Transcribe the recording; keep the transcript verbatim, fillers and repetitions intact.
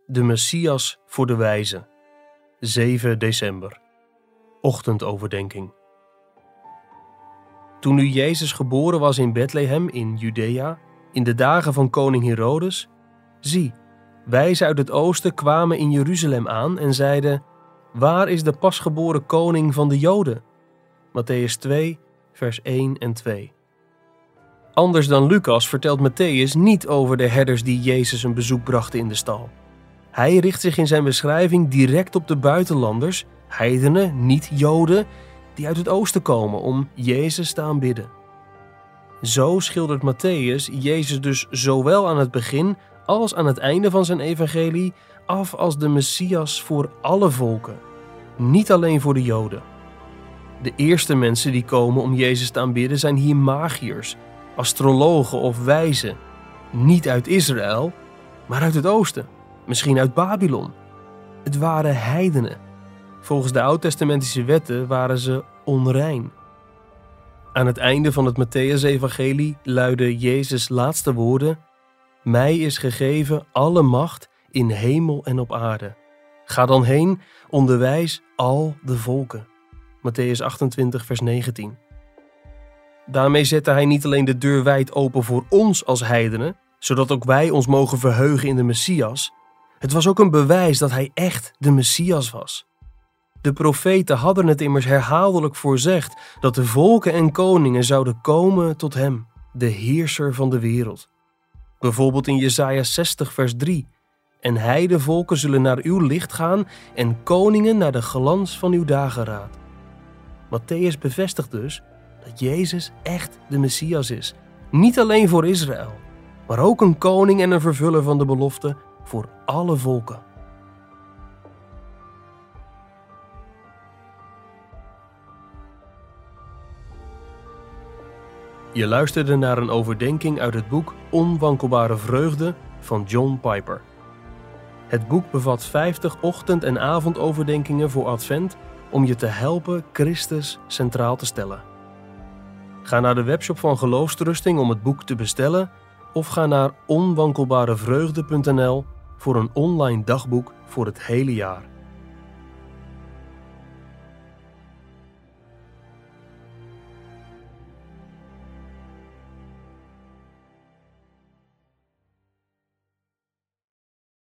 de Messias voor de wijzen. zeven december. Ochtendoverdenking. Toen nu Jezus geboren was in Bethlehem in Judea, in de dagen van koning Herodes, zie, wijzen uit het oosten kwamen in Jeruzalem aan en zeiden: waar is de pasgeboren koning van de Joden? Mattheüs twee, vers één en twee. Anders dan Lucas vertelt Mattheüs niet over de herders die Jezus een bezoek brachten in de stal. Hij richt zich in zijn beschrijving direct op de buitenlanders, heidenen, niet-Joden, die uit het oosten komen om Jezus te aanbidden. Zo schildert Mattheüs Jezus dus zowel aan het begin als aan het einde van zijn evangelie af als de Messias voor alle volken, niet alleen voor de Joden. De eerste mensen die komen om Jezus te aanbidden zijn hier magiërs, astrologen of wijzen, niet uit Israël, maar uit het oosten, misschien uit Babylon. Het waren heidenen. Volgens de oud-testamentische wetten waren ze onrein. Aan het einde van het Mattheüs-evangelie luiden Jezus' laatste woorden: mij is gegeven alle macht in hemel en op aarde. Ga dan heen, onderwijs al de volken. Mattheüs achtentwintig, vers negentien. Daarmee zette hij niet alleen de deur wijd open voor ons als heidenen, zodat ook wij ons mogen verheugen in de Messias. Het was ook een bewijs dat hij echt de Messias was. De profeten hadden het immers herhaaldelijk voorzegd dat de volken en koningen zouden komen tot hem, de heerser van de wereld. Bijvoorbeeld in Jesaja zestig, vers drie. En heidevolken zullen naar uw licht gaan en koningen naar de glans van uw dageraad. Mattheüs bevestigt dus dat Jezus echt de Messias is. Niet alleen voor Israël, maar ook een koning en een vervuller van de belofte voor alle volken. Je luisterde naar een overdenking uit het boek Onwankelbare Vreugde van John Piper. Het boek bevat vijftig ochtend- en avondoverdenkingen voor Advent om je te helpen Christus centraal te stellen. Ga naar de webshop van Geloofsterusting om het boek te bestellen of ga naar onwankelbarevreugde punt n l voor een online dagboek voor het hele jaar.